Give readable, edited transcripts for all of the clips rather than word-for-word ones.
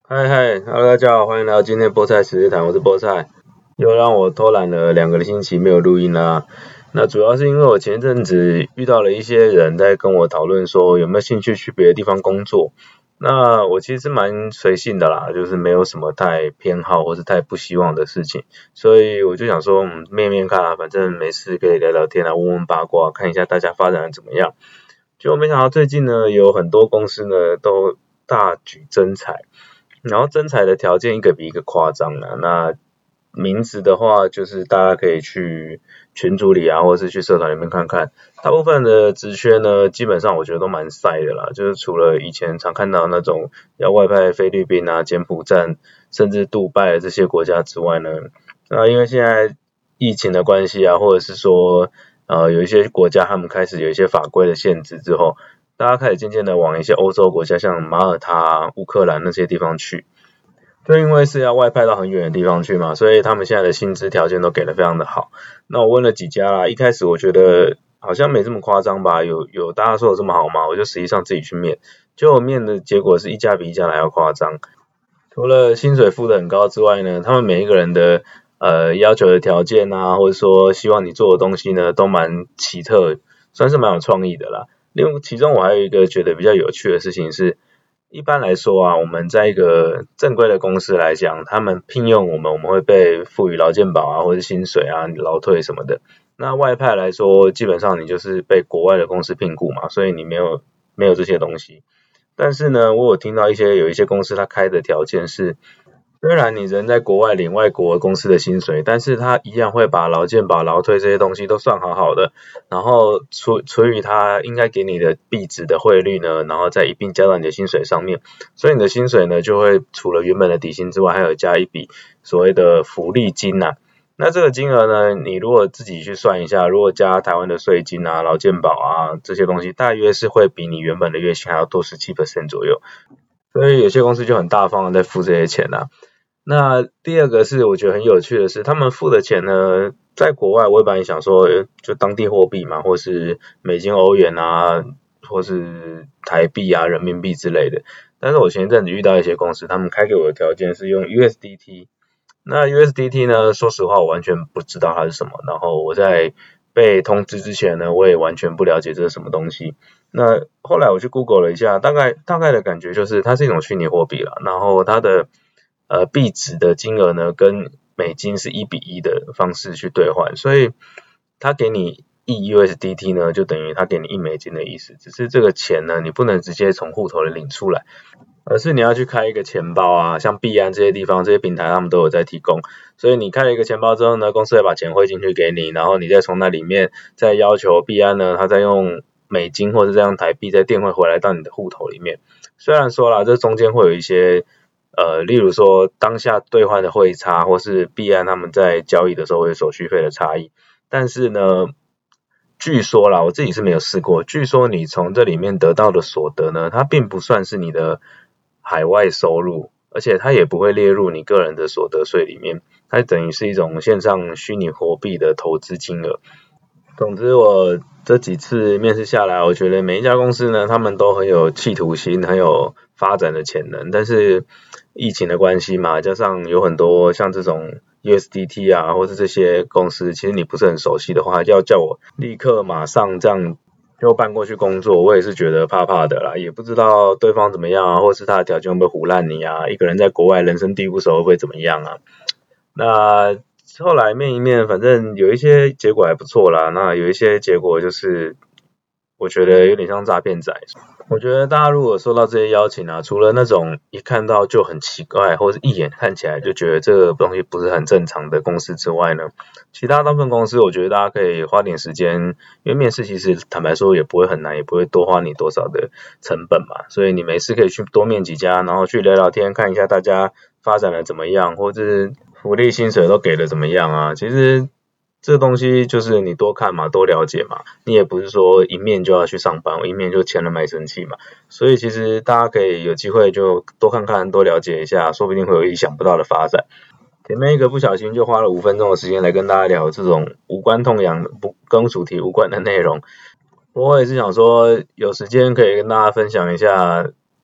嗨嗨，Hello，大家好，欢迎来到今天的菠菜时日谈，我是菠菜。又让我偷懒了2个星期没有录音啦。那主要是因为我前阵子遇到了一些人在跟我讨论说有没有兴趣去别的地方工作。那我其实蛮随性的啦，就是没有什么太偏好或是太不希望的事情，所以我就想说，面面看啊，反正没事可以聊聊天啊，问问八卦，看一下大家发展的怎么样。结果没想到最近呢，有很多公司呢都大举征才。然后征才的条件一个比一个夸张啦，那名字的话就是大家可以去群组里啊，或者是去社团里面看看，大部分的职缺呢，基本上我觉得都蛮晒的啦，就是除了以前常看到那种要外派菲律宾啊、柬埔寨，甚至杜拜的这些国家之外呢，那因为现在疫情的关系啊，或者是说有一些国家他们开始有一些法规的限制之后，大家开始渐渐的往一些欧洲国家，像马耳他、乌克兰那些地方去。就因为是要外派到很远的地方去嘛，所以他们现在的薪资条件都给的非常的好。那我问了几家啦，一开始我觉得好像没这么夸张吧，有大家说的这么好吗？我就实际上自己去面，结果面的结果是一家比一家还要夸张。除了薪水付的很高之外呢，他们每一个人的要求的条件啊，或者说希望你做的东西呢，都蛮奇特，算是蛮有创意的啦。其中我还有一个觉得比较有趣的事情是，一般来说啊，我们在一个正规的公司来讲，他们聘用我们会被赋予劳健保啊，或者薪水啊、劳退什么的。那外派来说，基本上你就是被国外的公司聘雇嘛，所以你没有这些东西。但是呢，我有听到有一些公司它开的条件是，虽然你人在国外领外国公司的薪水，但是他一样会把劳健保、劳退这些东西都算好好的，然后除以他应该给你的币值的汇率呢，然后再一并加到你的薪水上面，所以你的薪水呢就会除了原本的底薪之外，还有加一笔所谓的福利金啊。那这个金额呢，你如果自己去算一下，如果加台湾的税金啊、劳健保啊这些东西，大约是会比你原本的月薪还要多17%左右。所以有些公司就很大方的在付这些钱啊。那第二个是我觉得很有趣的是，他们付的钱呢，在国外我也本来想说，就当地货币嘛，或是美金、欧元啊，或是台币啊、人民币之类的。但是我前一阵子遇到一些公司，他们开给我的条件是用 USDT。那 USDT 呢，说实话我完全不知道它是什么，然后我在被通知之前呢，我也完全不了解这是什么东西。那后来我去 Google 了一下，大概的感觉就是它是一种虚拟货币啦，然后它的币值的金额呢跟美金是1:1的方式去兑换，所以它给你1 USDT 呢就等于它给你1美金的意思，只是这个钱呢你不能直接从户头里领出来，而是你要去开一个钱包啊，像币安这些地方这些平台他们都有在提供，所以你开了一个钱包之后呢，公司会把钱汇进去给你，然后你再从那里面再要求币安呢，它再用美金或者这样台币再电汇回来到你的户头里面。虽然说啦，这中间会有一些例如说当下兑换的汇差，或是币安他们在交易的时候会有手续费的差异，但是呢，据说啦，我自己是没有试过，据说你从这里面得到的所得呢，它并不算是你的海外收入，而且它也不会列入你个人的所得税里面，它等于是一种线上虚拟货币的投资金额。总之我这几次面试下来，我觉得每一家公司呢，他们都很有企图心，很有发展的潜能，但是疫情的关系嘛，加上有很多像这种 USDT 啊，或是这些公司，其实你不是很熟悉的话，要叫我立刻马上这样就搬过去工作，我也是觉得怕怕的啦，也不知道对方怎么样啊，或是他的条件会不会唬烂你啊，一个人在国外人生地不熟会不会怎么样啊？那后来面一面，反正有一些结果还不错啦，那有一些结果就是我觉得有点像诈骗仔。我觉得大家如果收到这些邀请啊，除了那种一看到就很奇怪，或者一眼看起来就觉得这个东西不是很正常的公司之外呢，其他大部分公司我觉得大家可以花点时间，因为面试其实坦白说也不会很难，也不会多花你多少的成本嘛，所以你没事可以去多面几家，然后去聊聊天，看一下大家发展的怎么样，或者是福利薪水都给的怎么样啊，其实这东西就是你多看嘛，多了解嘛，你也不是说一面就要去上班，一面就签了卖身契嘛，所以其实大家可以有机会就多看看，多了解一下，说不定会有意想不到的发展。前面一个不小心就花了5分钟的时间来跟大家聊这种无关痛痒、不跟主题无关的内容，我也是想说有时间可以跟大家分享一下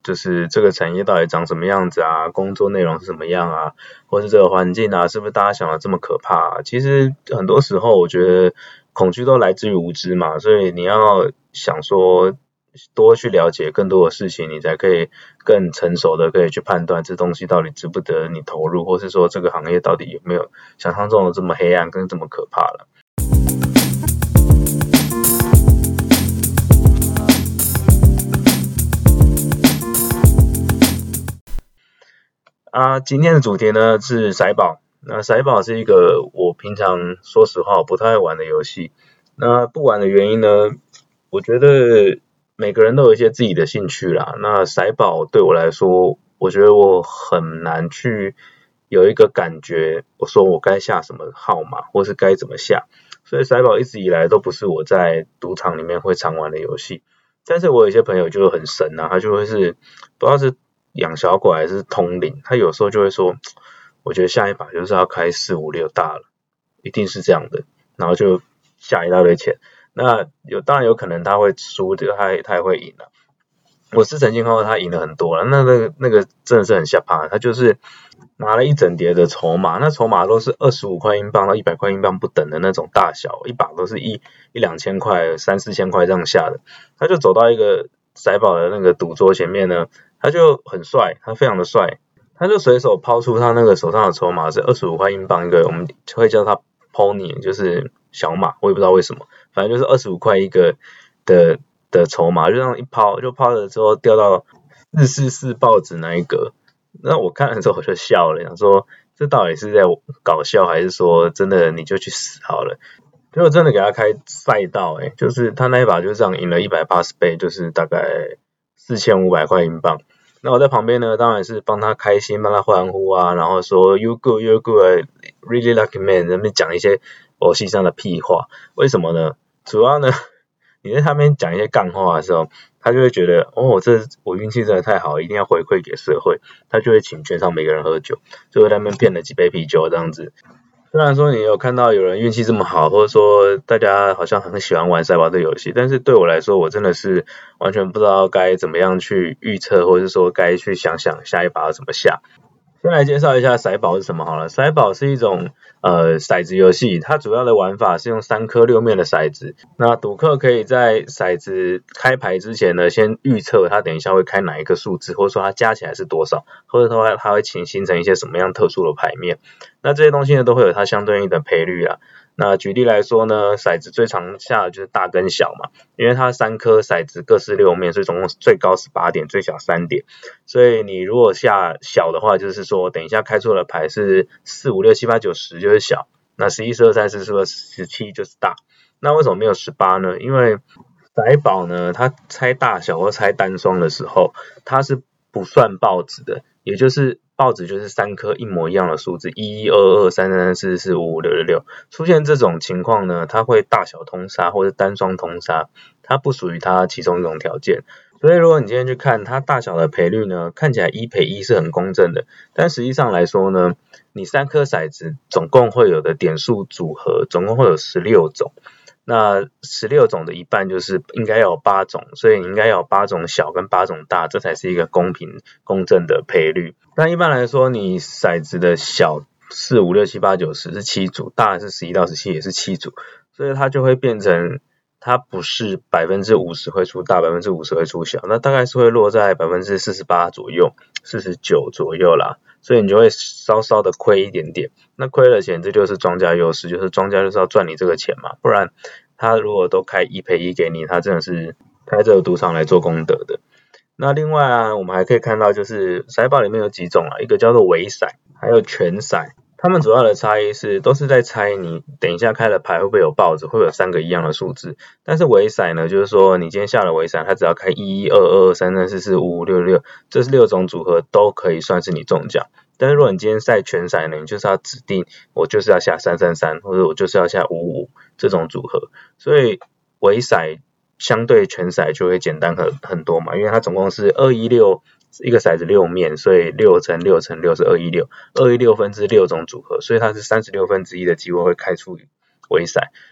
就是这个产业到底长什么样子啊，工作内容是什么样啊，或是这个环境啊，是不是大家想的这么可怕啊？其实很多时候我觉得恐惧都来自于无知嘛，所以你要想说多去了解更多的事情，你才可以更成熟的可以去判断这东西到底值不得你投入，或是说这个行业到底有没有想象中的这么黑暗跟这么可怕了。今天的主题呢是骰宝。那骰宝是一个我平常说实话我不太爱玩的游戏。那不玩的原因呢，我觉得每个人都有一些自己的兴趣啦。那骰宝对我来说，我觉得我很难去有一个感觉，我说我该下什么号码，或是该怎么下。所以骰宝一直以来都不是我在赌场里面会常玩的游戏。但是我有一些朋友就很神啊，他就会是不知道是养小鬼还是通灵，他有时候就会说，我觉得下一把就是要开4、5、6大了，一定是这样的，然后就下一大堆钱。那当然有可能他会输，他也会赢了。我是曾经看到他赢了很多了，那个真的是很吓怕，他就是拿了一整叠的筹码，那筹码都是25块英镑到100块英镑不等的那种大小，一把都是一两千块、3、4千块这样下的，他就走到一个骰宝的那个赌桌前面呢，他就很帅，他非常的帅，他就随手抛出他那个手上的筹码是25块英镑一个，我们会叫他 pony， 就是小马，我也不知道为什么，反正就是25块一个的筹码，就这样一抛，就抛了之后掉到444报纸那一格。那我看了之后我就笑了，想说这到底是在搞笑，还是说真的你就去死好了？结果真的给他开赛道，就是他那一把就这样赢了180倍，就是大概4500块英镑。那我在旁边呢，当然是帮他开心，帮他欢呼啊，然后说 You good, you good, really lucky man， 那边讲一些游戏上的屁话。为什么呢？主要呢，你在他边讲一些干话的时候，他就会觉得我运气真的太好，一定要回馈给社会，他就会请全场每个人喝酒，就会在那边骗了几杯啤酒这样子。虽然说你有看到有人运气这么好，或者说大家好像很喜欢玩赛宝这个游戏，但是对我来说，我真的是完全不知道该怎么样去预测，或者是说该去想想下一把要怎么下。先来介绍一下骰宝是什么好了。骰宝是一种骰子游戏，它主要的玩法是用3颗6面的骰子。那赌客可以在骰子开牌之前呢，先预测它等一下会开哪一个数字，或者说它加起来是多少，或者说它会形成一些什么样特殊的牌面。那这些东西呢，都会有它相对应的赔率啊。那举例来说呢，骰子最常下的就是大跟小嘛，因为它3颗骰子各是6面，所以总共最高18点，最小3点。所以你如果下小的话，就是说等一下开出的牌是4、5、6、7、8、9、10就是小，那11、12、13、14、15、17就是大。那为什么没有18呢？因为骰宝呢，它猜大小或猜单双的时候，它是不算报纸的，也就是报纸就是3颗一模一样的数字，11、22、33、34、45、56、66。出现这种情况呢，它会大小通杀或者单双通杀，它不属于它其中一种条件。所以如果你今天去看它大小的赔率呢，看起来1赔1是很公正的，但实际上来说呢，你3颗骰子总共会有的点数组合总共会有16种。那16种的一半就是应该要有8种，所以你应该要有8种小跟8种大，这才是一个公平公正的赔率。但一般来说，你骰子的小4、5、6、7、8、9、10是7组，大的是11到17也是7组，所以它就会变成它不是50%会出大，50%会出小，那大概是会落在48%左右，49左右啦，所以你就会稍稍的亏一点点。那亏了钱，这就是庄家优势，就是庄家就是要赚你这个钱嘛，不然他如果都开1赔1给你，他真的是开这个赌场来做功德的。那另外啊，我们还可以看到就是骰宝里面有几种啊，一个叫做微骰，还有全骰。它们主要的差异是都是在猜你等一下开了牌会不会有报纸，会不会有3个一样的数字。但是微骰呢，就是说你今天下了微骰，它只要开1、2、2、3、3、4、4、5、5、6、6，这是6种组合都可以算是你中奖。但是如果你今天赛全骰呢，你就是要指定我就是要下333，或者我就是要下55这种组合。所以微骰相对全骰就会简单很多嘛，因为它总共是216一个骰子6面，所以6乘6乘6是216，216分之6种组合，所以它是36分之一的机会会开出微骰。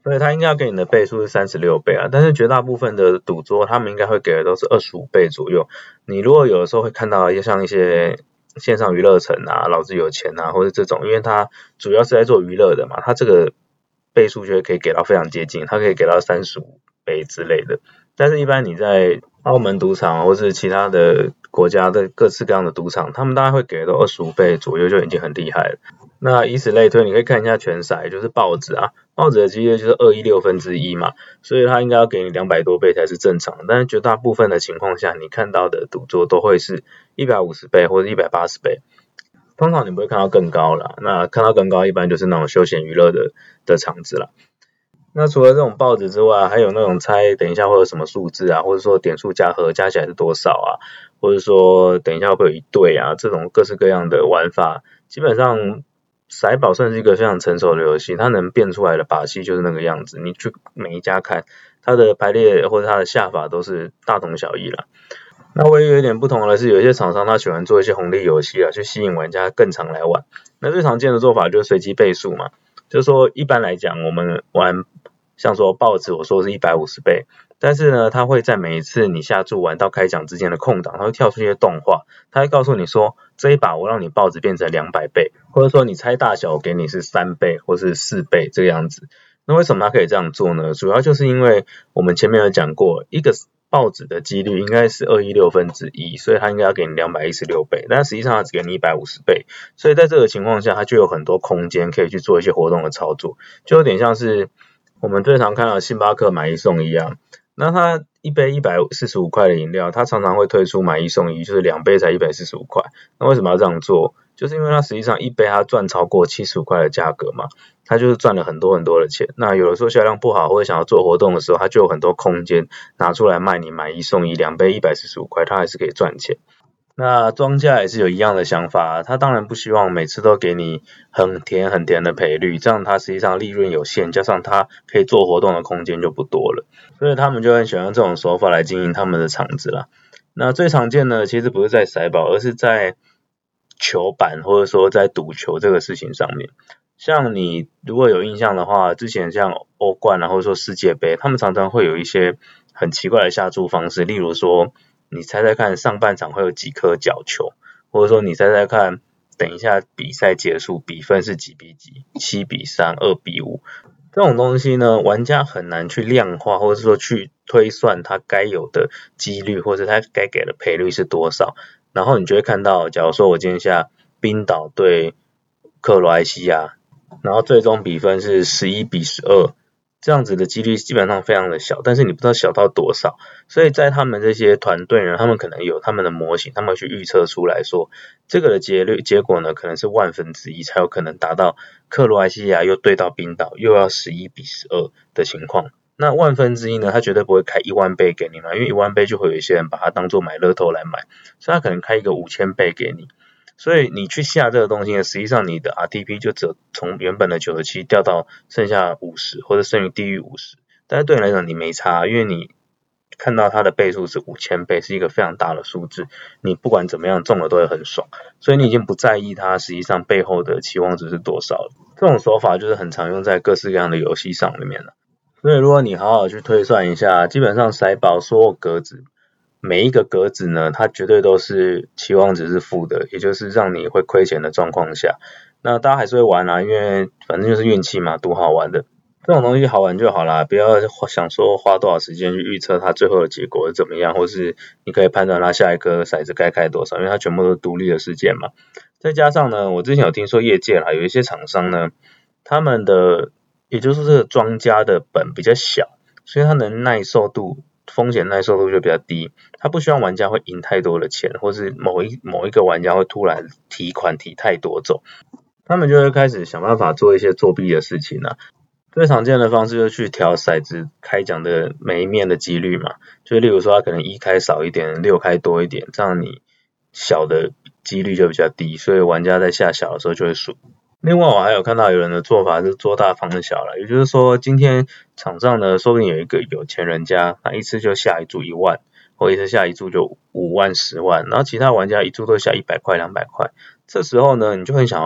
所以他应该要给你的倍数是36倍啊，但是绝大部分的赌桌他们应该会给的都是25倍左右。你如果有的时候会看到像一些线上娱乐城啊、老子有钱啊，或者这种，因为它主要是在做娱乐的嘛，它这个倍数就可以给到非常接近，它可以给到35倍之类的。但是，一般你在澳门赌场或是其他的国家的各式各样的赌场，他们大概会给到25倍左右就已经很厉害了。那以此类推，你可以看一下全骰，就是报纸啊，报纸的几率就是216分之一嘛，所以它应该要给你200多倍才是正常的。但是绝大部分的情况下，你看到的赌桌都会是150倍或者180倍。通常你不会看到更高啦，那看到更高一般就是那种休闲娱乐的场子啦。那除了这种报纸之外，还有那种猜等一下会有什么数字啊，或者说点数加和加起来是多少啊，或者说等一下会不会有一对啊，这种各式各样的玩法，基本上骰宝算是一个非常成熟的游戏，它能变出来的把戏就是那个样子，你去每一家看，它的排列或者它的下法都是大同小异啦。那唯一有一点不同的是，有一些厂商他喜欢做一些红利游戏啊，去吸引玩家更常来玩。那最常见的做法就是随机倍数嘛，就是说一般来讲我们玩像说报纸我说是150倍，但是呢它会在每一次你下注玩到开奖之间的空档，它会跳出一些动画，它会告诉你说这一把我让你报纸变成200倍，或者说你猜大小我给你是3倍或是4倍这个样子。那为什么它可以这样做呢？主要就是因为我们前面有讲过，一个报纸的几率应该是216分之一，所以它应该要给你216倍，但实际上它只给你150倍，所以在这个情况下，它就有很多空间可以去做一些活动的操作，就有点像是我们最常看到星巴克买一送一啊，那它一杯145块的饮料，它常常会推出买一送一，就是2杯才145块。那为什么要这样做？就是因为它实际上一杯它赚超过75块的价格嘛，它就是赚了很多很多的钱。那有的时候销量不好或者想要做活动的时候，它就有很多空间拿出来卖你买一送一，2杯145块，它还是可以赚钱。那庄家也是有一样的想法，他当然不希望每次都给你很甜很甜的赔率，这样他实际上利润有限，加上他可以做活动的空间就不多了，所以他们就很喜欢这种手法来经营他们的场子啦。那最常见的其实不是在骰宝，而是在球板或者说在赌球这个事情上面。像你如果有印象的话，之前像欧冠啊或者说世界杯，他们常常会有一些很奇怪的下注方式，例如说你猜猜看上半场会有几颗角球，或者说你猜猜看等一下比赛结束比分是几比几，7-3 2-5，这种东西呢玩家很难去量化，或者说去推算它该有的几率，或者它该给的赔率是多少，然后你就会看到假如说我今天下冰岛对克罗埃西亚，然后最终比分是11-12，这样子的几率基本上非常的小，但是你不知道小到多少，所以在他们这些团队呢，他们可能有他们的模型，他们会去预测出来说这个的结果呢可能是1/1000才有可能达到克罗埃西亚又对到冰岛又要11-12的情况。那1/1000呢，他绝对不会开10000倍给你嘛，因为10000倍就会有一些人把它当做买乐透来买，所以他可能开一个5000倍给你。所以你去下这个东西呢，实际上你的 RTP 就只从原本的97掉到剩下50，或者剩余低于50，但是对你来讲你没差，因为你看到它的倍数是5000倍，是一个非常大的数字，你不管怎么样中了都会很爽，所以你已经不在意它实际上背后的期望值是多少了。这种手法就是很常用在各式各样的游戏上里面了。所以如果你好好去推算一下，基本上骰宝所有格子每一个格子呢，它绝对都是期望值是负的，也就是让你会亏钱的状况下，那大家还是会玩因为反正就是运气嘛，赌好玩的，这种东西好玩就好啦，不要想说花多少时间去预测它最后的结果是怎么样，或是你可以判断它下一颗骰子该开多少，因为它全部都是独立的事件嘛。再加上呢，我之前有听说业界有一些厂商呢，他们的也就是这个庄家的本比较小，所以它能风险耐受度就比较低，他不希望玩家会赢太多的钱，或是某一个玩家会突然提款提太多走，他们就会开始想办法做一些作弊的事情啊。最常见的方式就是去调骰子开奖的每一面的几率嘛，就例如说他可能1开少一点，6开多一点，这样你小的几率就比较低，所以玩家在下小的时候就会输。另外我还有看到有人的做法是做大放小了，也就是说今天场上呢说不定有一个有钱人家，他一次就下一注1万，或一次下一注就5万10万，然后其他玩家一注都下100块200块，这时候呢你就很想要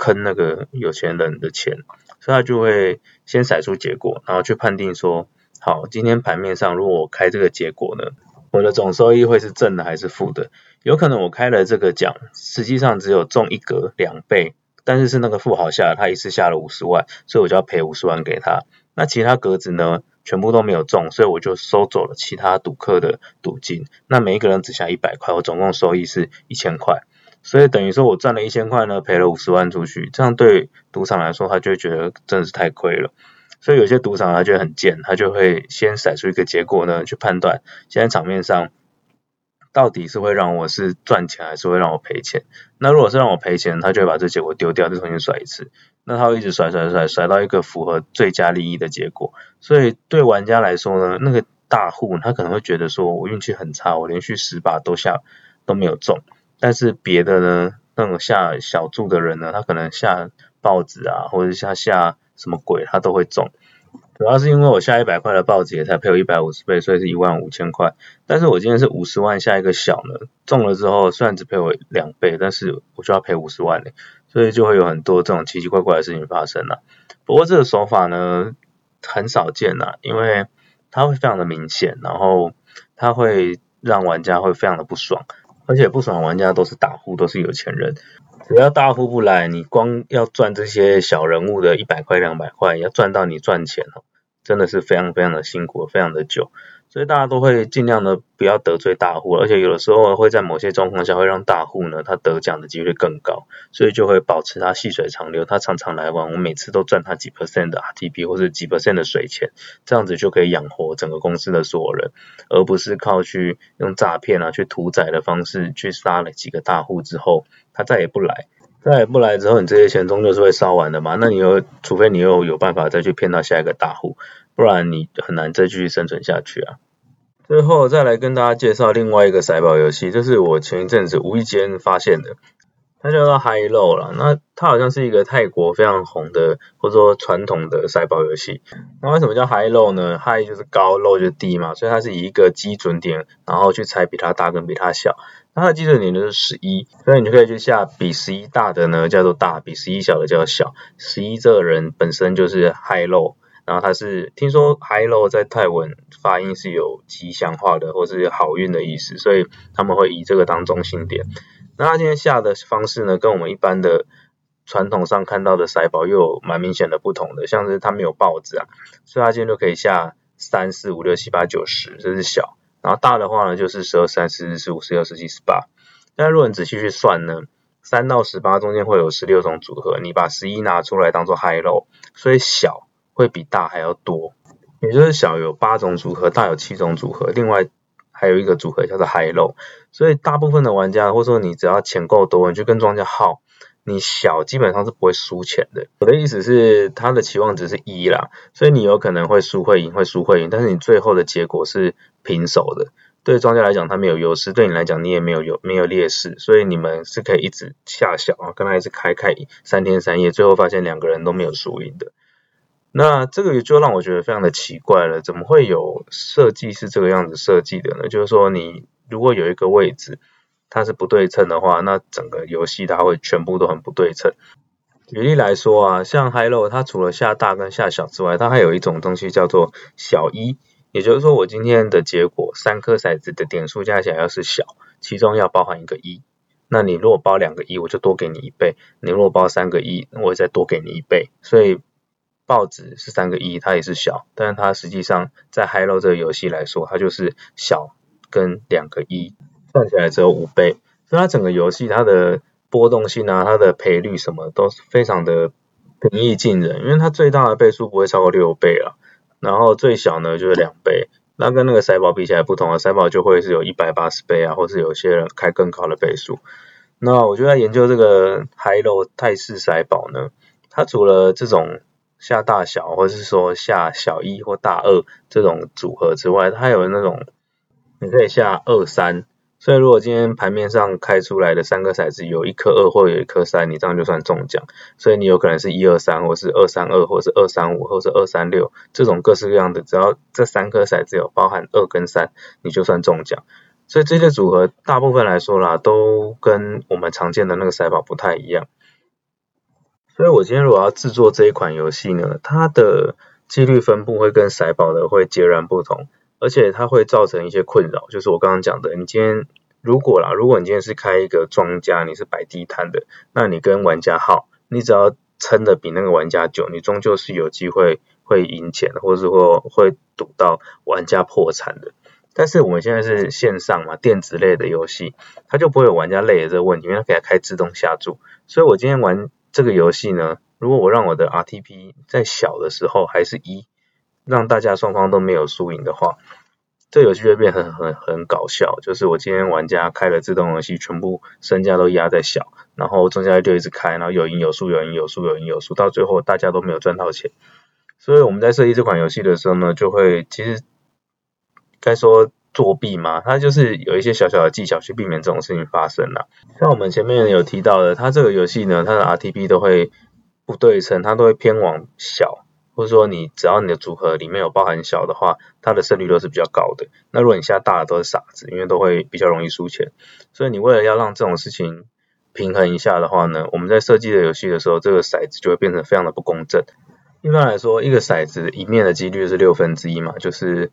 坑那个有钱人的钱，所以他就会先骰出结果，然后去判定说，好，今天盘面上如果我开这个结果呢，我的总收益会是正的还是负的？有可能我开了这个奖，实际上只有中一格2倍，但是是那个富豪下了，他一次下了50万，所以我就要赔50万给他。那其他格子呢，全部都没有中，所以我就收走了其他赌客的赌金。那每一个人只下100块，我总共收益是1000块。所以等于说我赚了1000块呢，赔了50万出去，这样对赌场来说，他就会觉得真的是太亏了。所以有些赌场他觉得很贱，他就会先骰出一个结果呢，去判断现在场面上到底是会让我是赚钱还是会让我赔钱。那如果是让我赔钱，他就会把这结果丢掉，再重新甩一次。那他会一直甩到一个符合最佳利益的结果。所以对玩家来说呢，那个大户他可能会觉得说我运气很差，我连续10把都没有中。但是别的呢，那种下小注的人呢，他可能下报纸啊，或者下什么鬼他都会中。主要是因为我下100块的报纸也才赔我150倍，所以是15000块。但是我今天是50万下一个小呢，中了之后虽然只赔我2倍，但是我就要赔50万嘞，所以就会有很多这种奇奇怪怪的事情发生啦。不过这个手法呢很少见啦，因为它会非常的明显，然后它会让玩家会非常的不爽，而且不爽玩家都是大户，都是有钱人。只要大户不来，你光要赚这些小人物的100块200块，要赚到你赚钱真的是非常非常的辛苦，非常的久。所以大家都会尽量的不要得罪大户，而且有的时候会在某些状况下会让大户呢他得奖的几率更高，所以就会保持他细水长流，他常常来玩，我每次都赚他几%的 RTP 或是几%的水钱，这样子就可以养活整个公司的所有人，而不是靠去用诈骗啊去屠宰的方式去杀了几个大户之后他再也不来之后，你这些钱终究是会烧完的嘛，那除非你又有办法再去骗到下一个大户，不然你很难再继续生存下去啊。最后再来跟大家介绍另外一个骰宝游戏，这是我前一阵子无意间发现的，它叫做 High Low 啦。那它好像是一个泰国非常红的或者说传统的骰宝游戏。那为什么叫 High Low 呢？ High 就是高， Low 就是低嘛，所以它是以一个基准点然后去猜比它大跟比它小。那它的基准点就是11，所以你就可以去下比11大的呢叫做大，比11小的叫做小。11这个人本身就是 High Low，然后他是听说 High Low 在泰文发音是有吉祥话的或是好运的意思，所以他们会以这个当中心点。那他今天下的方式呢，跟我们一般的传统上看到的骰宝又有蛮明显的不同的，像是他没有报纸啊，所以他今天就可以下3、4、5、6、7、8、9、10，这是小。然后大的话呢，就是12、13、14、15、16、17、18。但如果你仔细去算呢，3到18中间会有16种组合，你把11拿出来当做 High Low， 所以小会比大还要多，也就是小有8种组合，大有7种组合，另外还有一个组合叫做 High Low。 所以大部分的玩家或者说你只要钱够多，你就跟庄家耗，你小基本上是不会输钱的。我的意思是他的期望值是1啦，所以你有可能会输会赢，但是你最后的结果是平手的。对庄家来讲他没有优势，对你来讲你也没有劣势，所以你们是可以一直下小跟他一直开3天3夜，最后发现2个人都没有输赢的。那这个就让我觉得非常的奇怪了，怎么会有设计是这个样子设计的呢？就是说你如果有一个位置它是不对称的话，那整个游戏它会全部都很不对称。举例来说啊，像 High Low 它除了下大跟下小之外，它还有一种东西叫做小一，也就是说我今天的结果3颗骰子的点数加起来要是小，其中要包含一个1，那你如果包2个1我就多给你1倍，你如果包3个1我会再多给你1倍，所以报纸是3个1它也是小，但是它实际上在 High Low 这个游戏来说，它就是小跟2个1算起来只有5倍，所以它整个游戏它的波动性啊，它的赔率什么都是非常的平易近人，因为它最大的倍数不会超过6倍啦，然后最小呢就是2倍，那跟那个骰宝比起来不同的，骰宝就会是有180倍啊，或是有些人开更高的倍数。那我就在研究这个 High Low 泰式骰宝呢，它除了这种下大小或是说下小1或大2这种组合之外，它还有那种你可以下2、3，所以如果今天盘面上开出来的3颗骰子有1颗2或有1颗3，你这样就算中奖，所以你有可能是123或是232或是235或是236，这种各式各样的，只要这3颗骰子有包含2跟3，你就算中奖。所以这些组合大部分来说啦，都跟我们常见的那个骰宝不太一样。 所以我今天如果要制作这一款游戏呢，它的几率分布会跟骰宝的会截然不同，而且它会造成一些困扰，就是我刚刚讲的，你今天如果你今天是开一个庄家，你是摆地摊的，那你跟玩家耗，你只要撑的比那个玩家久，你终究是有机会会赢钱，或是会赌到玩家破产的。但是我们现在是线上嘛，电子类的游戏，它就不会有玩家累的这个问题，因为它可以开自动下注。所以我今天玩这个游戏呢，如果我让我的 RTP 在小的时候还是1，让大家双方都没有输赢的话，这游戏就会变得很搞笑。就是我今天玩家开了自动游戏，全部身价都压在小，然后庄家就一直开，然后有赢有输，有赢有输，有赢有输，到最后大家都没有赚到钱。所以我们在设计这款游戏的时候呢，就会其实该说作弊嘛，它就是有一些小小的技巧去避免这种事情发生啦。像我们前面有提到的，它这个游戏呢，它的 RTP 都会不对称，它都会偏往小，或者说只要你的组合里面有包含小的话，它的胜率都是比较高的。那如果你下大的都是傻子，因为都会比较容易输钱。所以你为了要让这种事情平衡一下的话呢，我们在设计的游戏的时候，这个骰子就会变成非常的不公正。一般来说，一个骰子一面的几率是1/6嘛，就是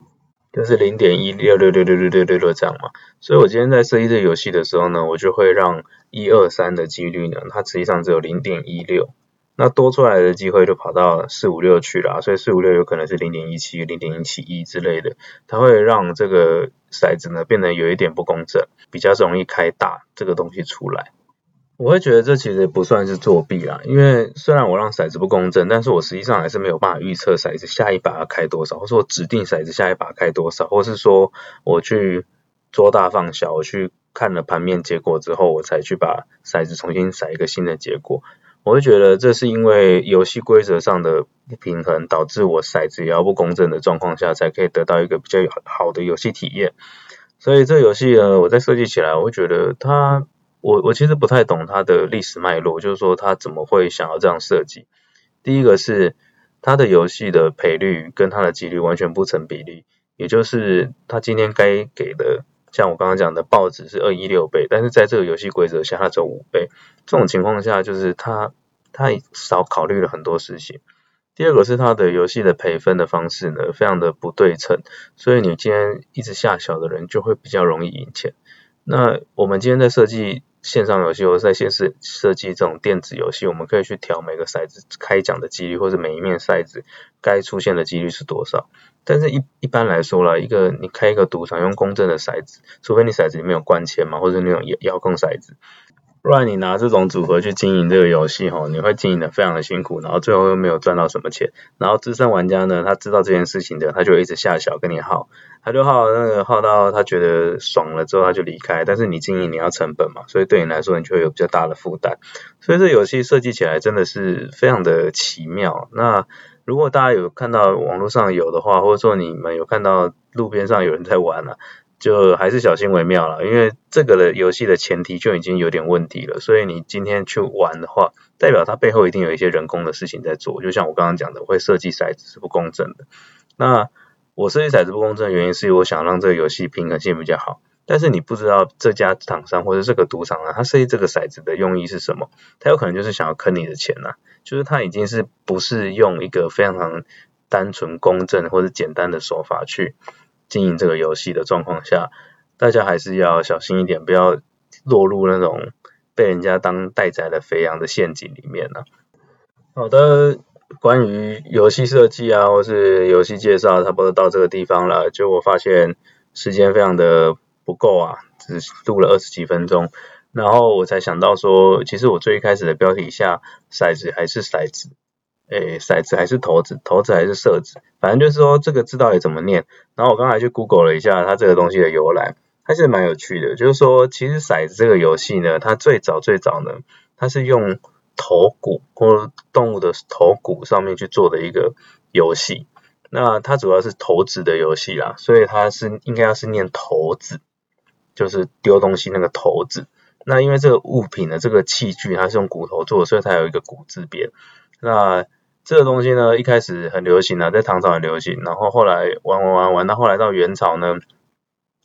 0.1666666这样嘛。所以我今天在设计这个游戏的时候呢，我就会让1、2、3的几率呢，它实际上只有0.16，那多出来的机会就跑到4、5、6去了，所以4、5、6有可能是0.17、0.171之类的，它会让这个骰子呢变得有一点不公正，比较容易开大这个东西出来。我会觉得这其实不算是作弊啦，因为虽然我让骰子不公正，但是我实际上还是没有办法预测骰子下一把要开多少，或是我指定骰子下一把开多少，或是说我去捉大放小，我去看了盘面结果之后，我才去把骰子重新骰一个新的结果。我会觉得这是因为游戏规则上的不平衡，导致我骰子也要不公正的状况下，才可以得到一个比较好的游戏体验。所以这个游戏呢，我在设计起来，我会觉得我其实不太懂它的历史脉络，就是说它怎么会想要这样设计。第一个是它的游戏的赔率跟它的几率完全不成比例，也就是它今天该给的，像我刚刚讲的报纸是216倍，但是在这个游戏规则下它只有5倍。这种情况下就是它少考虑了很多事情。第二个是它的游戏的赔分的方式呢，非常的不对称，所以你今天一直下小的人就会比较容易赢钱。那我们今天在设计线上游戏，或者在设计这种电子游戏，我们可以去调每个骰子开奖的几率，或者每一面骰子该出现的几率是多少。但是一般来说啦，你开一个赌场用公正的骰子，除非你骰子里面有关签嘛，或者那种遥控骰子，不然你拿这种组合去经营这个游戏你会经营的非常的辛苦，然后最后又没有赚到什么钱。然后资深玩家呢，他知道这件事情的，他就一直下小跟你耗，他就耗到他觉得爽了之后他就离开，但是你经营你要成本嘛，所以对你来说你就会有比较大的负担。所以这游戏设计起来真的是非常的奇妙。那如果大家有看到网络上有的话，或者说你们有看到路边上有人在玩就还是小心为妙啦，因为这个的游戏的前提就已经有点问题了，所以你今天去玩的话，代表它背后一定有一些人工的事情在做，就像我刚刚讲的，会设计骰子是不公正的。那我设计骰子不公正的原因是我想让这个游戏平衡性比较好，但是你不知道这家厂商或者这个赌场它设计这个骰子的用意是什么，它有可能就是想要坑你的钱就是它已经是不是用一个非常单纯公正或者简单的手法去经营这个游戏的状况下，大家还是要小心一点，不要落入那种被人家当待宰的肥羊的陷阱里面好的，关于游戏设计或是游戏介绍差不多到这个地方了，就我发现时间非常的不够只录了20几分钟，然后我才想到说，其实我最一开始的标题下骰子还是骰子，骰子还是骰子，骰子还是骰子，反正就是说这个字到底怎么念。然后我刚才去 Google 了一下它这个东西的由来，它是蛮有趣的，就是说其实骰子这个游戏呢，它最早呢，它是用头骨或动物的头骨上面去做的一个游戏。那它主要是投掷的游戏啦，所以它应该是念骰子，就是丢东西那个骰子。那因为这个物品的这个器具它是用骨头做的，所以它有一个骨字边。那这个东西呢，一开始很流行在唐朝很流行，然后后来玩到后来到元朝呢，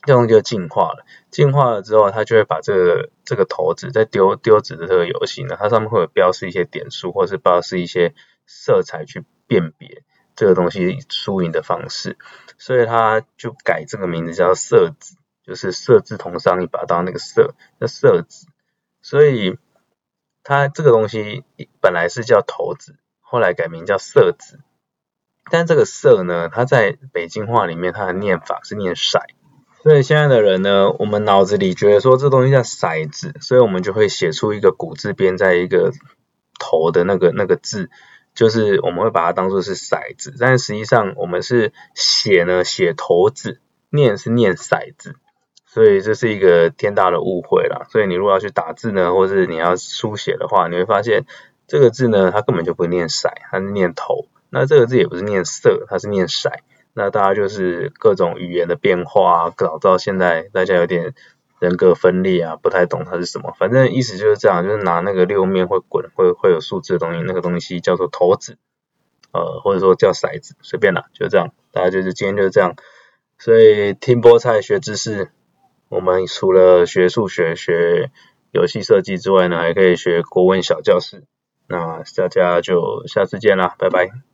这东西就进化了。进化了之后，它就会把这个骰子在丢纸的这个游戏呢，它上面会有标示一些点数，或是标示一些色彩去辨别这个东西输赢的方式，所以它就改这个名字叫色子，就是色字同上一把刀那个色，叫色子。所以它这个东西本来是叫骰子，后来改名叫色子。但这个色呢，它在北京话里面它的念法是念骰。所以现在的人呢，我们脑子里觉得说这东西叫骰子，所以我们就会写出一个古字边在一个头的那个字，就是我们会把它当作是骰子，但实际上我们是写骰子，念是念骰子，所以这是一个天大的误会啦。所以你如果要去打字呢，或是你要书写的话，你会发现这个字呢，它根本就不念骰，它是念头。那这个字也不是念色，它是念骰。那大家就是各种语言的变化搞到现在大家有点人格分裂啊，不太懂它是什么。反正意思就是这样，就是拿那个六面会滚会有数字的东西，那个东西叫做骰子，或者说叫骰子，随便啦，就这样。大家就是今天就是这样。所以听菠菜学知识，我们除了学数学、学游戏设计之外呢，还可以学国文小教室。那大家就下次见啦，拜拜。